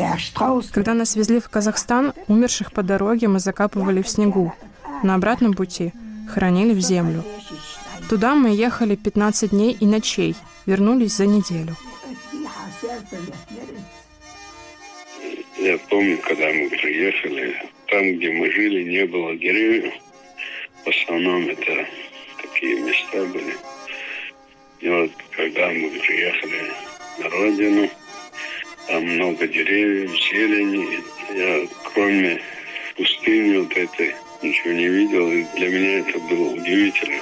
Когда нас везли в Казахстан, умерших по дороге мы закапывали в снегу. На обратном пути хоронили в землю. Туда мы ехали 15 дней и ночей, вернулись за неделю. Я помню, когда мы приехали, там, где мы жили, не было деревьев. В основном это такие места были. И вот когда мы приехали на родину, там много деревьев, зелени. Я кроме пустыни вот этой ничего не видел. И для меня это было удивительно.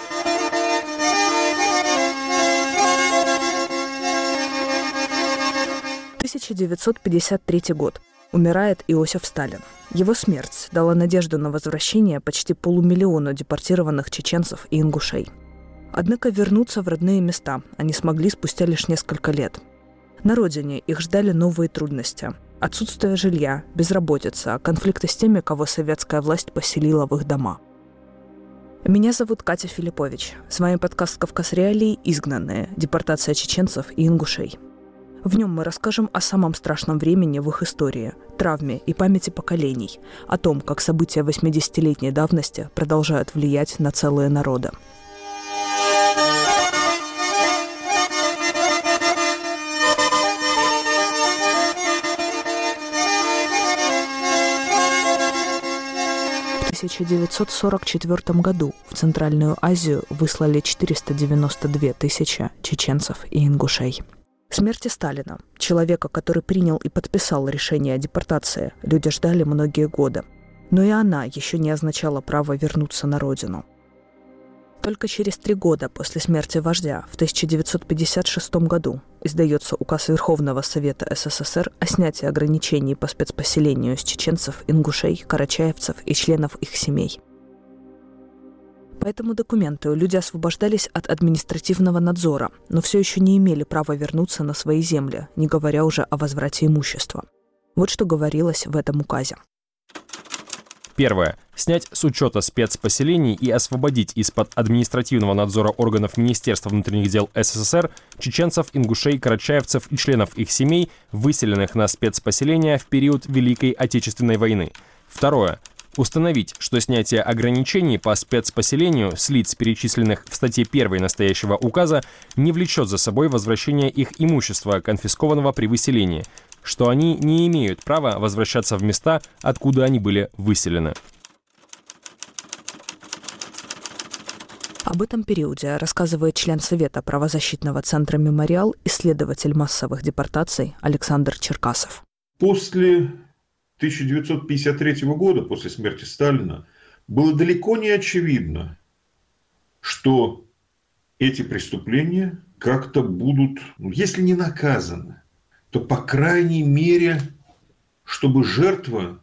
– 1953 год. Умирает Иосиф Сталин. Его смерть дала надежду на возвращение почти полумиллиону депортированных чеченцев и ингушей. Однако вернуться в родные места они смогли спустя лишь несколько лет. На родине их ждали новые трудности. Отсутствие жилья, безработица, конфликты с теми, кого советская власть поселила в их дома. Меня зовут Катя Филиппович. С вами подкаст «Кавказ Реалии. Изгнанные. Депортация чеченцев и ингушей». В нем мы расскажем о самом страшном времени в их истории, травме и памяти поколений, о том, как события 80-летней давности продолжают влиять на целые народы. В 1944 году в Центральную Азию выслали 492 тысячи чеченцев и ингушей. Смерти Сталина, человека, который принял и подписал решение о депортации, люди ждали многие годы. Но и она еще не означала право вернуться на родину. Только через 3 года после смерти вождя, в 1956 году, издается указ Верховного Совета СССР о снятии ограничений по спецпоселению с чеченцев, ингушей, карачаевцев и членов их семей. По этому документу люди освобождались от административного надзора, но все еще не имели права вернуться на свои земли, не говоря уже о возврате имущества. Вот что говорилось в этом указе. Первое. Снять с учета спецпоселений и освободить из-под административного надзора органов Министерства внутренних дел СССР чеченцев, ингушей, карачаевцев и членов их семей, выселенных на спецпоселения в период Великой Отечественной войны. Второе. Установить, что снятие ограничений по спецпоселению с лиц, перечисленных в статье 1 настоящего указа, не влечет за собой возвращение их имущества, конфискованного при выселении, что они не имеют права возвращаться в места, откуда они были выселены. Об этом периоде рассказывает член Совета правозащитного центра «Мемориал», исследователь массовых депортаций Александр Черкасов. После 1953 года, после смерти Сталина, было далеко не очевидно, что эти преступления как-то будут, если не наказаны, то, по крайней мере, чтобы жертвы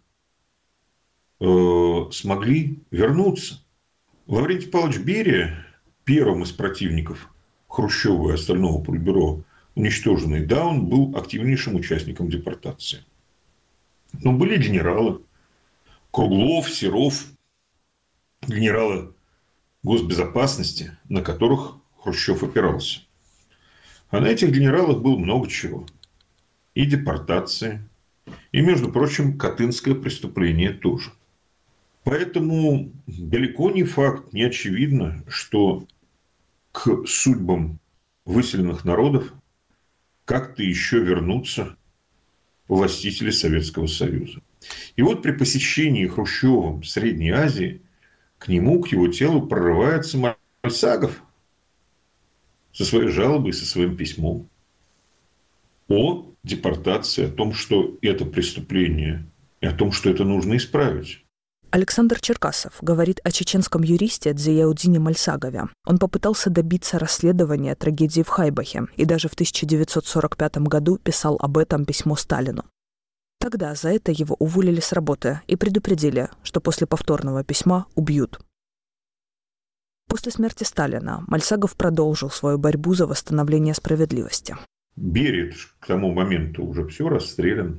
смогли вернуться. Лаврентий Павлович Берия, первым из противников Хрущева и остального политбюро, уничтоженный, да, он был активнейшим участником депортации. Но были генералы Круглов, Серов, генералы госбезопасности, на которых Хрущев опирался. А на этих генералах было много чего. И депортации, и, между прочим, Катынское преступление тоже. Поэтому далеко не факт, не очевидно, что к судьбам выселенных народов как-то еще вернутся властители Советского Союза. И вот при посещении Хрущевым Средней Азии к нему, к его телу прорывается Мальсагов со своей жалобой, со своим письмом о депортации, о том, что это преступление, и о том, что это нужно исправить. Александр Черкасов говорит о чеченском юристе Дзияудине Мальсагове. Он попытался добиться расследования трагедии в Хайбахе и даже в 1945 году писал об этом письмо Сталину. Тогда за это его уволили с работы и предупредили, что после повторного письма убьют. После смерти Сталина Мальсагов продолжил свою борьбу за восстановление справедливости. Берия к тому моменту уже все расстрелян.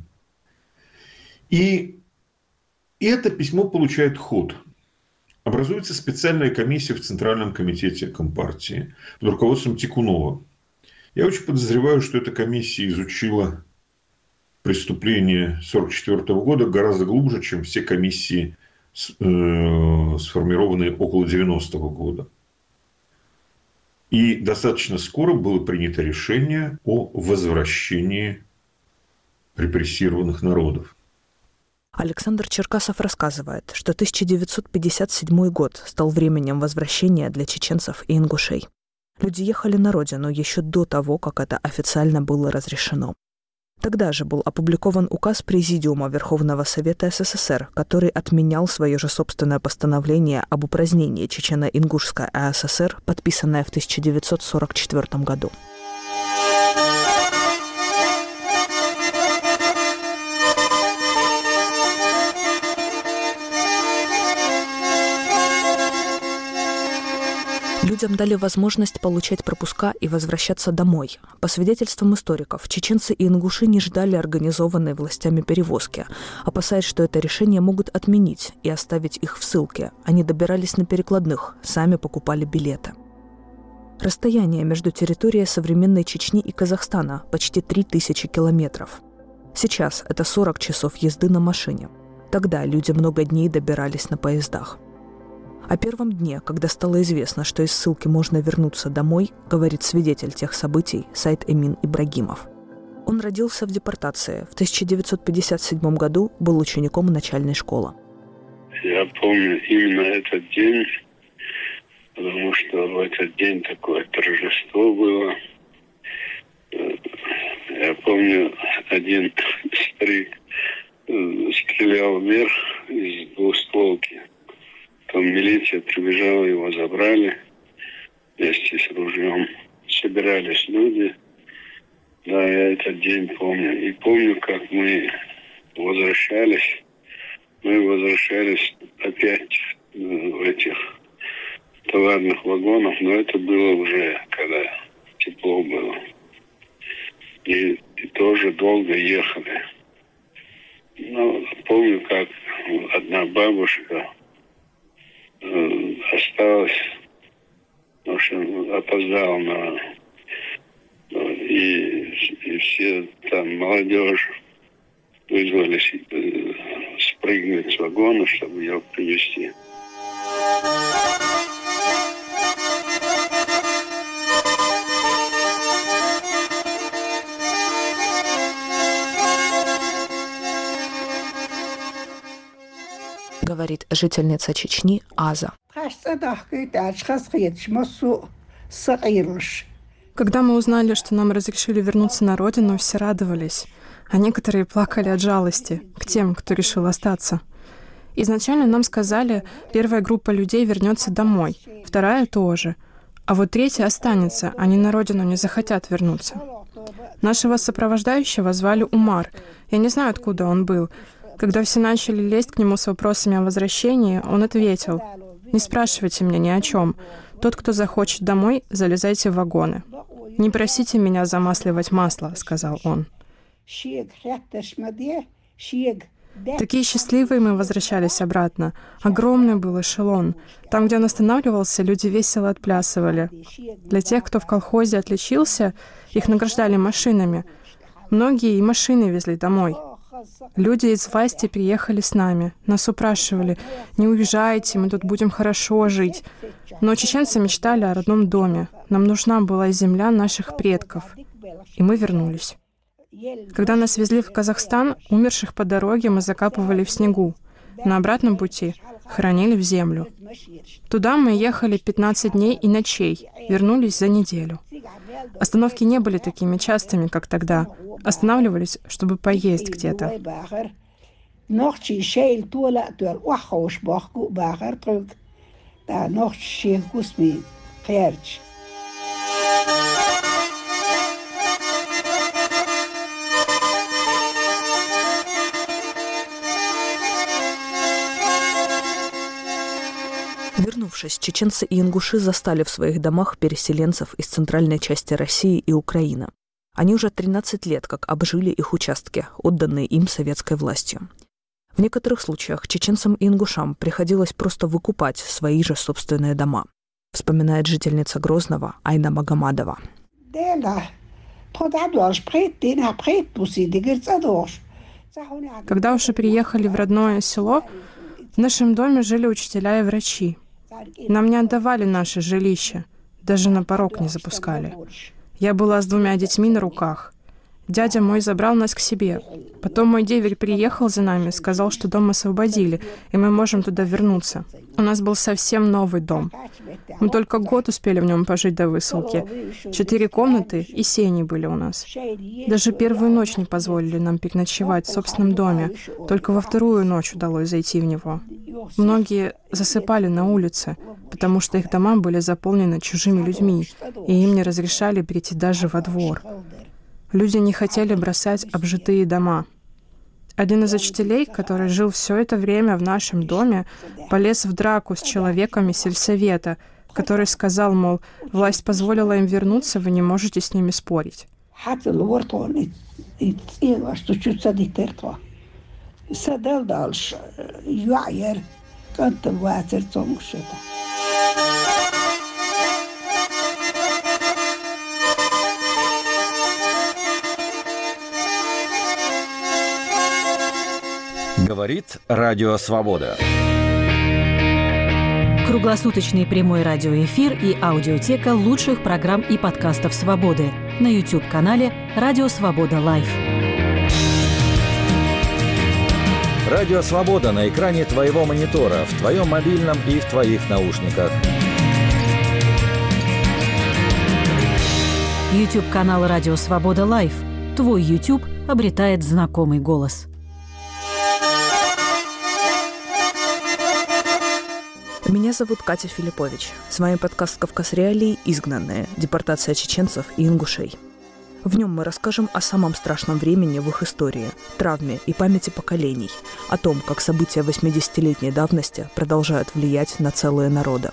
И это письмо получает ход. Образуется специальная комиссия в Центральном комитете Компартии под руководством Тикунова. Я очень подозреваю, что эта комиссия изучила преступления 1944 года гораздо глубже, чем все комиссии, сформированные около 90-го года. И достаточно скоро было принято решение о возвращении репрессированных народов. Александр Черкасов рассказывает, что 1957 год стал временем возвращения для чеченцев и ингушей. Люди ехали на родину еще до того, как это официально было разрешено. Тогда же был опубликован указ Президиума Верховного Совета СССР, который отменял свое же собственное постановление об упразднении Чечено-Ингушской АССР, подписанное в 1944 году. Людям дали возможность получать пропуска и возвращаться домой. По свидетельствам историков, чеченцы и ингуши не ждали организованной властями перевозки. Опасаясь, что это решение могут отменить и оставить их в ссылке, они добирались на перекладных, сами покупали билеты. Расстояние между территорией современной Чечни и Казахстана почти 3000 километров. Сейчас это 40 часов езды на машине. Тогда люди много дней добирались на поездах. О первом дне, когда стало известно, что из ссылки можно вернуться домой, говорит свидетель тех событий Сайд Эмин Ибрагимов. Он родился в депортации. В 1957 году был учеником начальной школы. Я помню именно этот день, потому что в этот день такое торжество было. Я помню, один старик стрелял вверх из двустволки. Потом милиция прибежала, его забрали вместе с ружьем. Собирались люди. Да, я этот день помню. И помню, как мы возвращались. Мы возвращались опять в этих товарных вагонах, но это было уже, когда тепло было. И тоже долго ехали. Ну, помню, как одна бабушка осталась, в общем, опоздала на... И все там молодежь вызвались спрыгнуть с вагона, чтобы ее привезти. Говорит жительница Чечни Аза. Когда мы узнали, что нам разрешили вернуться на родину, все радовались, а некоторые плакали от жалости к тем, кто решил остаться. Изначально нам сказали, первая группа людей вернется домой, вторая тоже, а вот третья останется, они на родину не захотят вернуться. Нашего сопровождающего звали Умар, я не знаю, откуда он был. Когда все начали лезть к нему с вопросами о возвращении, он ответил: «Не спрашивайте меня ни о чем. Тот, кто захочет домой, залезайте в вагоны. Не просите меня замасливать масло», — сказал он. Такие счастливые мы возвращались обратно. Огромный был эшелон. Там, где он останавливался, люди весело отплясывали. Для тех, кто в колхозе отличился, их награждали машинами. Многие и машины везли домой. Люди из власти приехали с нами. Нас упрашивали: «Не уезжайте, мы тут будем хорошо жить». Но чеченцы мечтали о родном доме. Нам нужна была земля наших предков. И мы вернулись. Когда нас везли в Казахстан, умерших по дороге мы закапывали в снегу. На обратном пути хоронили в землю. Туда мы ехали 15 дней и ночей, вернулись за неделю. Остановки не были такими частыми, как тогда. Останавливались, чтобы поесть где-то. Вернувшись, чеченцы и ингуши застали в своих домах переселенцев из центральной части России и Украины. Они уже 13 лет как обжили их участки, отданные им советской властью. В некоторых случаях чеченцам и ингушам приходилось просто выкупать свои же собственные дома, вспоминает жительница Грозного Айна Магомадова. Когда уже приехали в родное село, в нашем доме жили учителя и врачи. Нам не отдавали наше жилище, даже на порог не запускали. Я была с 2 детьми на руках. Дядя мой забрал нас к себе. Потом мой деверь приехал за нами, сказал, что дом освободили, и мы можем туда вернуться. У нас был совсем новый дом. Мы только год успели в нем пожить до высылки. 4 комнаты и сени были у нас. Даже первую ночь не позволили нам переночевать в собственном доме. Только во вторую ночь удалось зайти в него. Многие засыпали на улице, потому что их дома были заполнены чужими людьми, и им не разрешали прийти даже во двор. Люди не хотели бросать обжитые дома. Один из учителей, который жил все это время в нашем доме, полез в драку с человеком из сельсовета, который сказал, мол, власть позволила им вернуться, вы не можете с ними спорить. Говорит Радио Свобода. Круглосуточный прямой радиоэфир и аудиотека лучших программ и подкастов «Свободы» на YouTube-канале «Радио Свобода Лайв». Радио Свобода на экране твоего монитора, в твоем мобильном и в твоих наушниках. YouTube-канал «Радио Свобода Лайв». Твой YouTube обретает знакомый голос. Меня зовут Катя Филиппович. С вами подкаст «Кавказ Реалии. Изгнанные. Депортация чеченцев и ингушей». В нем мы расскажем о самом страшном времени в их истории, травме и памяти поколений, о том, как события 80-летней давности продолжают влиять на целые народы.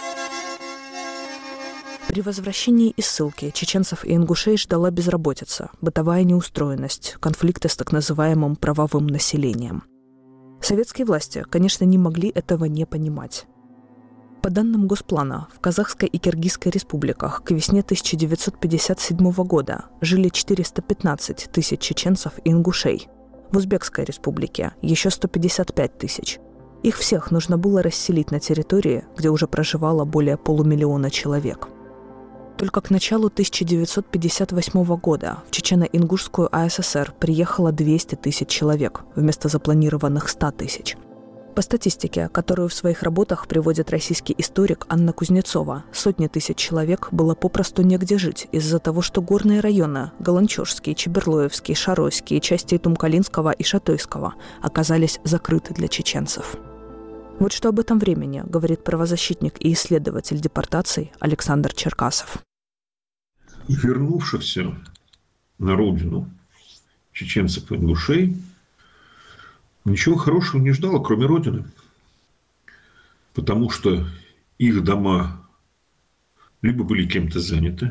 При возвращении из ссылки чеченцев и ингушей ждала безработица, бытовая неустроенность, конфликты с так называемым правовым населением. Советские власти, конечно, не могли этого не понимать. По данным Госплана, в Казахской и Киргизской республиках к весне 1957 года жили 415 тысяч чеченцев и ингушей. В Узбекской республике еще 155 тысяч. Их всех нужно было расселить на территории, где уже проживало более 500 000 человек. Только к началу 1958 года в Чечено-Ингушскую АССР приехало 200 тысяч человек вместо запланированных 100 тысяч. По статистике, которую в своих работах приводит российский историк Анна Кузнецова, сотни тысяч человек было попросту негде жить из-за того, что горные районы – Галанчожский, Чеберлоевский, Шаройский, части Тумкалинского и Шатойского – оказались закрыты для чеченцев. Вот что об этом времени говорит правозащитник и исследователь депортаций Александр Черкасов. Вернувшихся на родину чеченцев и ингушей ничего хорошего не ждало, кроме родины. Потому что их дома либо были кем-то заняты,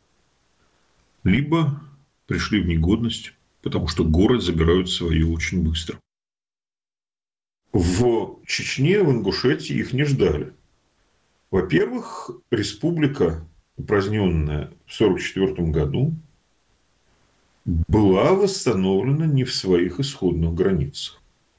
либо пришли в негодность, потому что город забирают свою очень быстро. В Чечне, в Ингушетии их не ждали. Во-первых, республика, упраздненная в 1944 году, была восстановлена не в своих исходных границах.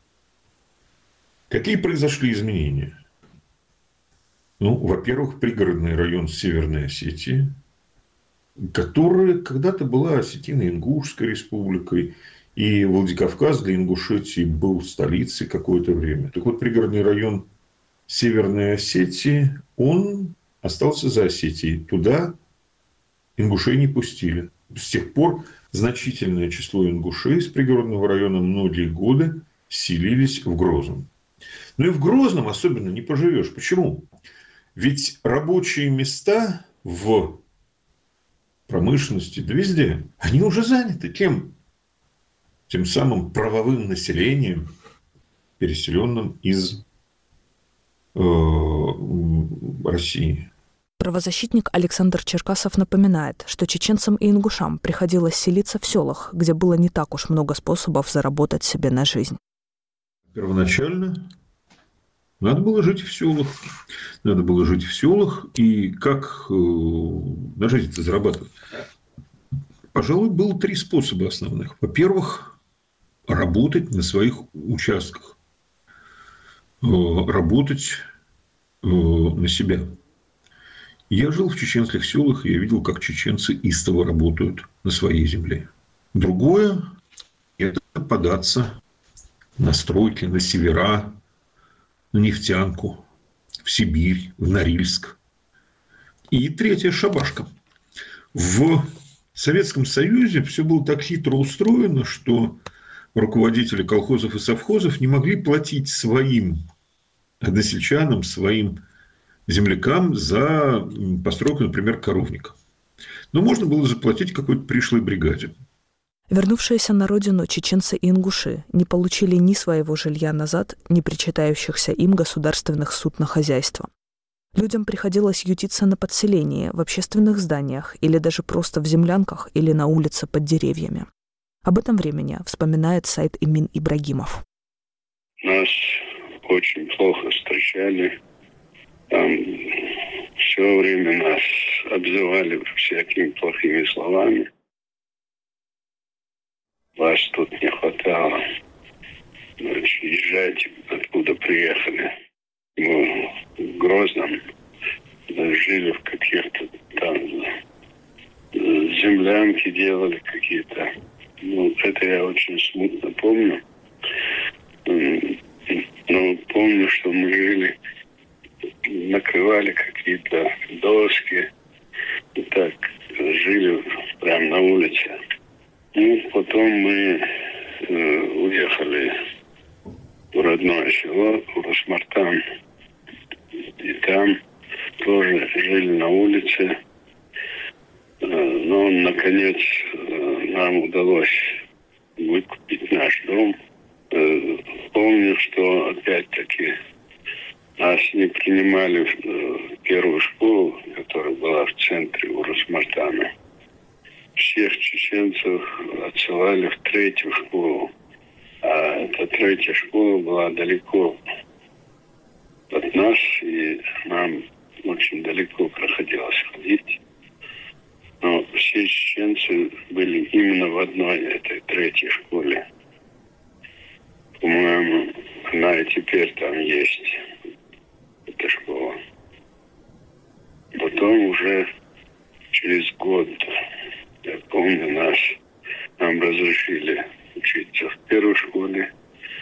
Какие произошли изменения? Во-первых, пригородный район Северной Осетии, которая когда-то была Осетино-Ингушской республикой, и Владикавказ для Ингушетии был столицей какое-то время. Так вот, пригородный район Северной Осетии, он остался за Осетией. Туда ингушей не пустили. С тех пор значительное число ингушей из пригородного района многие годы селились в Грозном. Но и в Грозном особенно не поживешь. Почему? Ведь рабочие места в промышленности, да везде, они уже заняты. Кем? Тем самым правовым населением, переселенным из России. Правозащитник Александр Черкасов напоминает, что чеченцам и ингушам приходилось селиться в селах, где было не так уж много способов заработать себе на жизнь. Первоначально надо было жить в селах. Надо было жить в селах. И как на жизнь-то зарабатывать? Пожалуй, было 3 способа основных. Во-первых, работать на своих участках, работать на себя. Я жил в чеченских селах, и я видел, как чеченцы истово работают на своей земле. Другое – это податься на стройки, на севера, на нефтянку, в Сибирь, в Норильск. И третье – шабашка. В Советском Союзе все было так хитро устроено, что руководители колхозов и совхозов не могли платить своим односельчанам, своим землякам за постройку, например, коровника. Но можно было заплатить какой-то пришлой бригаде. Вернувшиеся на родину чеченцы и ингуши не получили ни своего жилья назад, ни причитающихся им государственных суд на хозяйство. Людям приходилось ютиться на подселении, в общественных зданиях или даже просто в землянках или на улице под деревьями. Об этом времени вспоминает Саид Эмин Ибрагимов. Нас очень плохо встречали. Там все время нас обзывали всякими плохими словами. Вас тут не хватало. Езжайте, откуда приехали. Мы в Грозном жили в каких-то там землянки делали какие-то. Это я очень смутно помню. Но помню, что мы жили, накрывали какие-то доски. И так жили прямо на улице. Потом мы уехали в родное село, в Росмартан. И там тоже жили на улице. Но, наконец, нам удалось выкупить наш дом. Помню, что, опять-таки, нас не принимали в первую школу, которая была в центре у Росмартана. Всех чеченцев отсылали в третью школу. А эта третья школа была далеко от нас, и нам очень далеко приходилось ходить. Но все чеченцы были именно в одной этой третьей школе. По-моему, она и теперь там есть, эта школа. Потом уже через год, я помню, нам разрешили учиться в первой школе.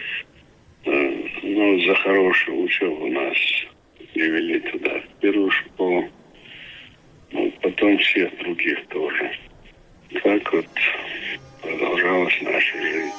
Но за хорошую учебу нас привели туда, в первую школу. Потом всех других тоже. Так вот продолжалась наша жизнь.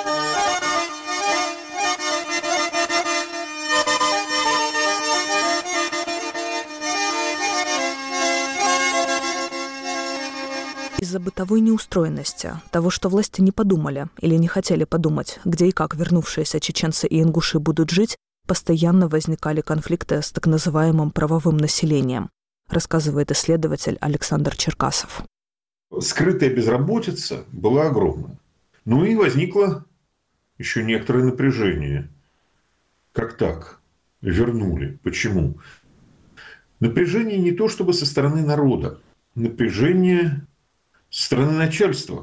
Из-за бытовой неустроенности, того, что власти не подумали или не хотели подумать, где и как вернувшиеся чеченцы и ингуши будут жить, постоянно возникали конфликты с так называемым правовым населением, рассказывает исследователь Александр Черкасов. Скрытая безработица была огромна. Ну и возникло еще некоторое напряжение. Как так? Вернули. Почему? Напряжение не то чтобы со стороны народа. Напряжение со стороны начальства.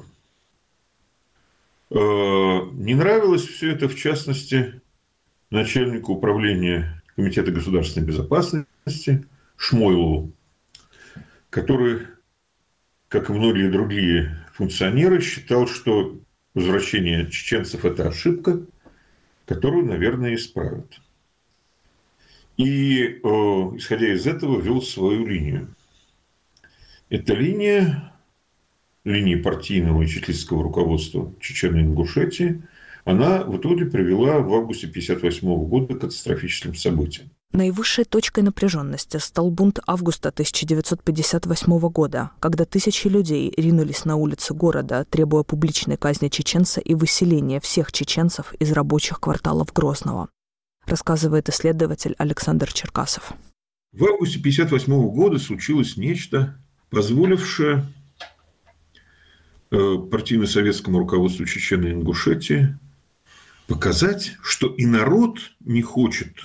Не нравилось все это, в частности, начальнику управления Комитета государственной безопасности Шмойлову, который, как и многие другие функционеры, считал, что возвращение чеченцев – это ошибка, которую, наверное, исправят. И, исходя из этого, вел свою линию. Эта линия партийного и чекистского руководства Чечено-Ингушетии, она в итоге привела в августе 1958 года к катастрофическим событиям. Наивысшей точкой напряженности стал бунт августа 1958 года, когда тысячи людей ринулись на улицы города, требуя публичной казни чеченца и выселения всех чеченцев из рабочих кварталов Грозного, рассказывает исследователь Александр Черкасов. В августе 1958 года случилось нечто, позволившее партийно-советскому руководству Чечено-Ингушетии показать, что и народ не хочет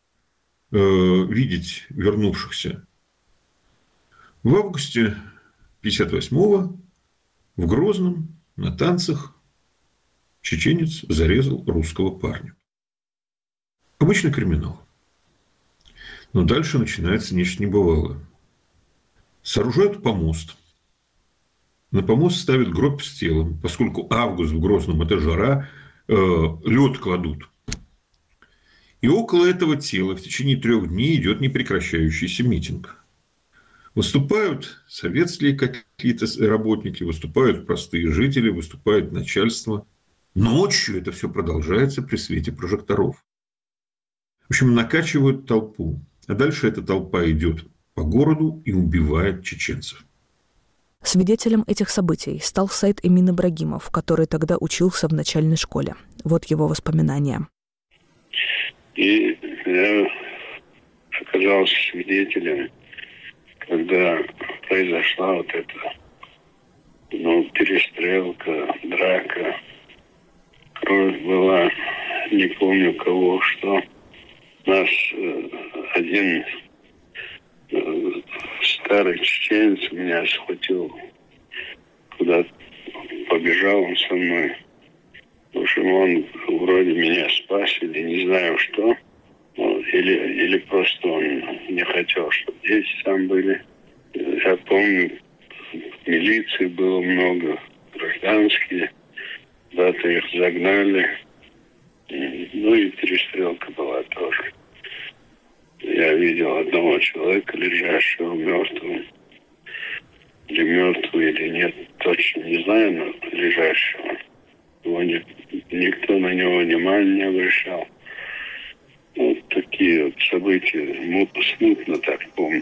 видеть вернувшихся. В августе 1958-го в Грозном на танцах чеченец зарезал русского парня. Обычный криминал. Но дальше начинается нечто небывалое. Сооружают помост. На помост ставят гроб с телом, поскольку август в Грозном – это жара, лед кладут. И около этого тела в течение 3 дней идет непрекращающийся митинг. Выступают советские какие-то работники, выступают простые жители, выступает начальство. Ночью это все продолжается при свете прожекторов. В общем, накачивают толпу. А дальше эта толпа идет по городу и убивает чеченцев. Свидетелем этих событий стал Саид Эмин Ибрагимов, который тогда учился в начальной школе. Вот его воспоминания. И я оказался свидетелем, когда произошла вот эта перестрелка, драка. Кровь была, не помню кого, что. Нас один старый чеченец меня схватил, куда побежал он со мной. В общем, он вроде меня спас или не знаю что. Или просто он не хотел, чтобы дети там были. Я помню, милиции было много, гражданские. Куда-то их загнали. Ну и перестрелка была тоже. Я видел одного человека, лежащего мертвым. Или мертвый, или нет, точно не знаю, но лежащего. Никто на него внимания не обращал. Вот такие вот события, смутно так помню.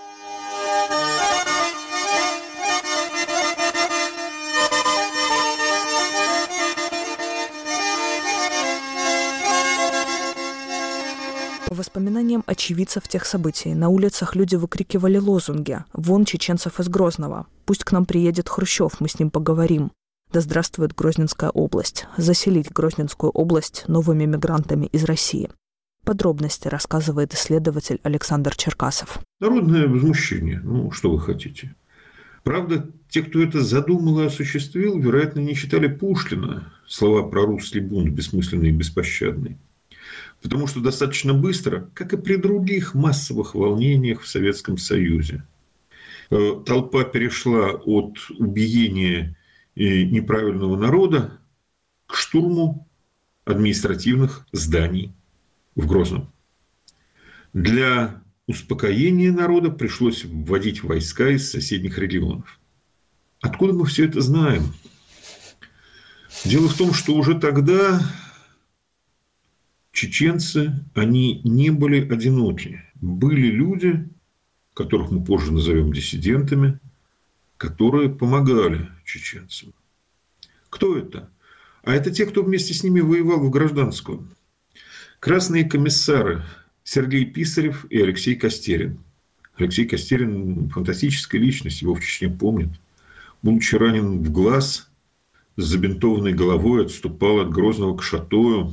По воспоминаниям очевидцев тех событий, на улицах люди выкрикивали лозунги «Вон чеченцев из Грозного! Пусть к нам приедет Хрущев, мы с ним поговорим! Да здравствует Грозненская область! Заселить Грозненскую область новыми мигрантами из России!» Подробности рассказывает исследователь Александр Черкасов. Народное возмущение. Что вы хотите? Правда, те, кто это задумал и осуществил, вероятно, не читали Пушкина. Слова про русский бунт бессмысленный и беспощадный. Потому что достаточно быстро, как и при других массовых волнениях в Советском Союзе, толпа перешла от убиения неправильного народа к штурму административных зданий в Грозном. Для успокоения народа пришлось вводить войска из соседних регионов. Откуда мы все это знаем? Дело в том, что уже тогда чеченцы, они не были одиноки. Были люди, которых мы позже назовем диссидентами, которые помогали чеченцам. Кто это? А это те, кто вместе с ними воевал в гражданскую. Красные комиссары Сергей Писарев и Алексей Костерин. Алексей Костерин – фантастическая личность, его в Чечне помнят. Будучи ранен в глаз, с забинтованной головой отступал от Грозного к Шатою.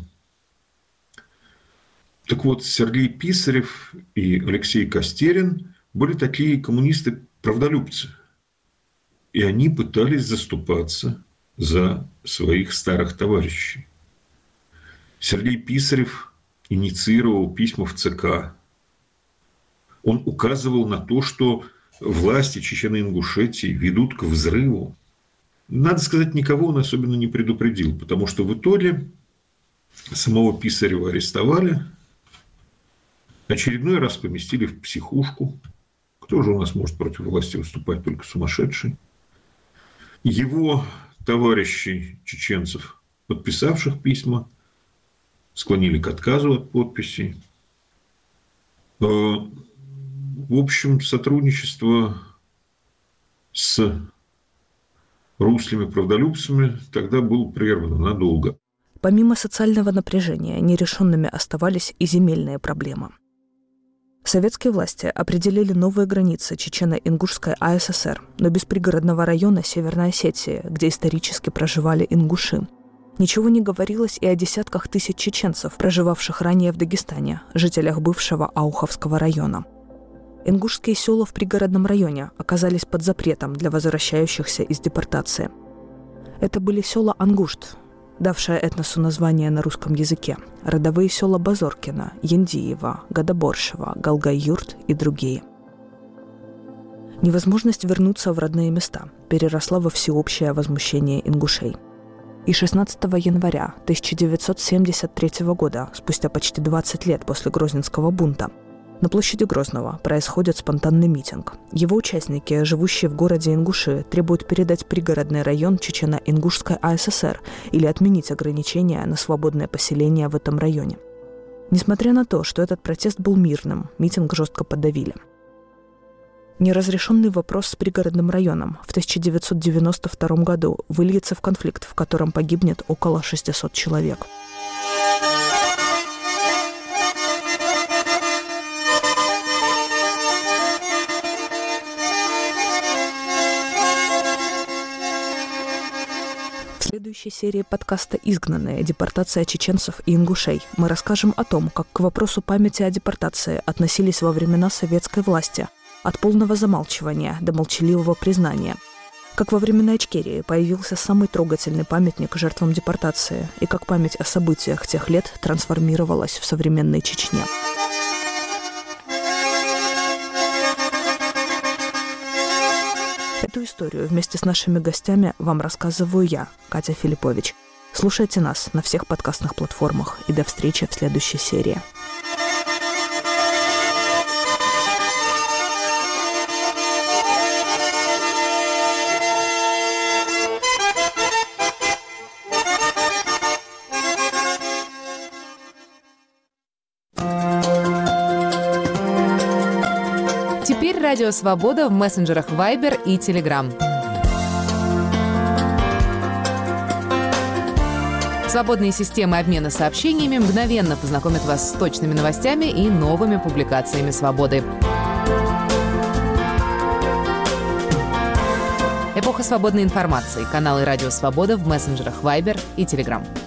Так вот, Сергей Писарев и Алексей Костерин были такие коммунисты-правдолюбцы. И они пытались заступаться за своих старых товарищей. Сергей Писарев инициировал письма в ЦК. Он указывал на то, что власти Чечено-Ингушетии ведут к взрыву. Надо сказать, никого он особенно не предупредил, потому что в итоге самого Писарева арестовали, очередной раз поместили в психушку. Кто же у нас может против власти выступать, только сумасшедший? Его товарищей чеченцев, подписавших письма, склонили к отказу от подписей. В общем, сотрудничество с русскими правдолюбцами тогда было прервано надолго. Помимо социального напряжения, нерешенными оставались и земельные проблемы. Советские власти определили новые границы Чечено-Ингушской АССР, но без пригородного района Северной Осетии, где исторически проживали ингуши. Ничего не говорилось и о десятках тысяч чеченцев, проживавших ранее в Дагестане, жителях бывшего Ауховского района. Ингушские села в пригородном районе оказались под запретом для возвращающихся из депортации. Это были села Ангушт, давшая этносу название на русском языке, родовые села Базоркина, Яндиева, Гадоборшево, Галгай-Юрт и другие. Невозможность вернуться в родные места переросла во всеобщее возмущение ингушей. И 16 января 1973 года, спустя почти 20 лет после Грозненского бунта, на площади Грозного происходит спонтанный митинг. Его участники, живущие в городе Ингуши, требуют передать пригородный район Чечено-Ингушской АССР или отменить ограничения на свободное поселение в этом районе. Несмотря на то, что этот протест был мирным, митинг жестко подавили. Неразрешенный вопрос с пригородным районом в 1992 году выльется в конфликт, в котором погибнет около 600 человек. В следующей серии подкаста «Изгнанные. Депортация чеченцев и ингушей» мы расскажем о том, как к вопросу памяти о депортации относились во времена советской власти, от полного замалчивания до молчаливого признания. Как во времена Ичкерии появился самый трогательный памятник жертвам депортации, и как память о событиях тех лет трансформировалась в современной Чечне. Эту историю вместе с нашими гостями вам рассказываю я, Катя Филиппович. Слушайте нас на всех подкастных платформах, и до встречи в следующей серии. Теперь Радио Свобода в мессенджерах Viber и Telegram. Свободные системы обмена сообщениями мгновенно познакомят вас с точными новостями и новыми публикациями «Свободы». Эпоха свободной информации. Каналы Радио Свобода в мессенджерах Viber и Telegram.